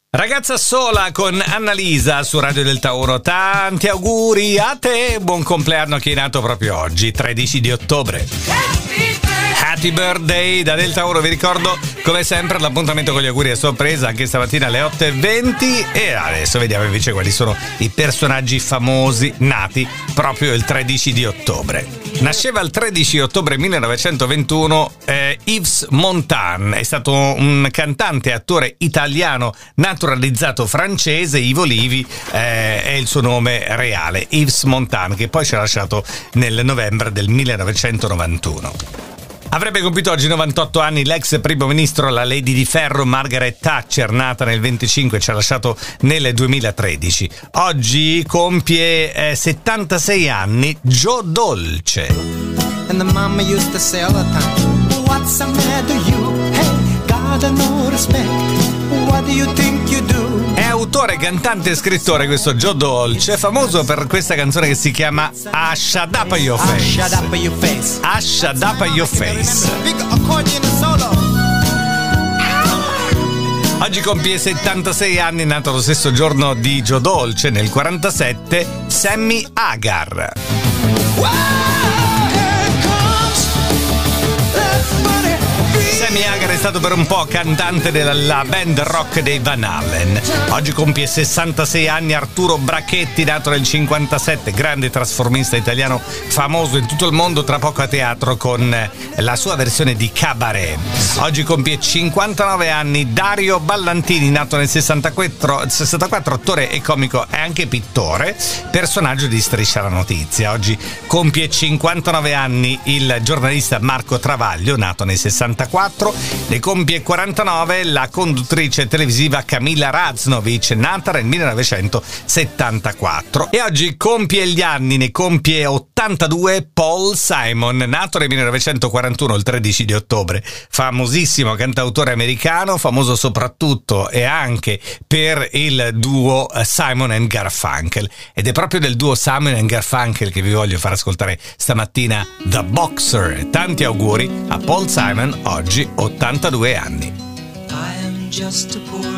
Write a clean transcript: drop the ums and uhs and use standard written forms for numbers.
Ragazza sola con Annalisa su Radio del Tauro. Tanti auguri a te, buon compleanno a chi è nato proprio oggi, 13 di ottobre. Happy birthday da Del Tauro. Vi ricordo come sempre l'appuntamento con gli auguri a sorpresa anche stamattina alle 8:20. E adesso vediamo invece quali sono i personaggi famosi nati proprio il 13 di ottobre. Nasceva il 13 ottobre 1921 Yves Montand. È stato un cantante e attore italiano naturalizzato francese. Ivo Livi è il suo nome reale, Yves Montand, che poi ci ha lasciato nel novembre del 1991. Avrebbe compiuto oggi 98 anni l'ex primo ministro, la Lady di Ferro, Margaret Thatcher, nata nel 25, ci ha lasciato nel 2013. Oggi compie 76 anni Joe Dolce. And the mama used to say all the time, what's the matter you? Hey, gotta no respect. What do you think you do? È autore, cantante e scrittore questo Joe Dolce, famoso per questa canzone che si chiama I Shut Up Your Face. I shut up your face. I Shut Up Your Face. Big accordion solo. Oggi compie 76 anni, nato lo stesso giorno di Joe Dolce, nel 47, Sammy Hagar. Sammy Hagar è stato per un po' cantante della band rock dei Van Halen. Oggi compie 66 anni Arturo Brachetti, nato nel 57, grande trasformista italiano famoso in tutto il mondo, tra poco a teatro con la sua versione di Cabaret. Oggi compie 59 anni Dario Ballantini, nato nel 64, attore e comico e anche pittore, personaggio di Striscia la Notizia. Oggi compie 59 anni il giornalista Marco Travaglio, nato nel 64. Ne compie 49 la conduttrice televisiva Camilla Raznovic, nata nel 1974. E oggi compie gli anni, ne compie 82 Paul Simon, nato nel 1941, il 13 di ottobre. Famosissimo cantautore americano, famoso soprattutto e anche per il duo Simon and Garfunkel. Ed è proprio del duo Simon and Garfunkel che vi voglio far ascoltare stamattina The Boxer. Tanti auguri a Paul Simon, oggi 82 anni. I am just a poor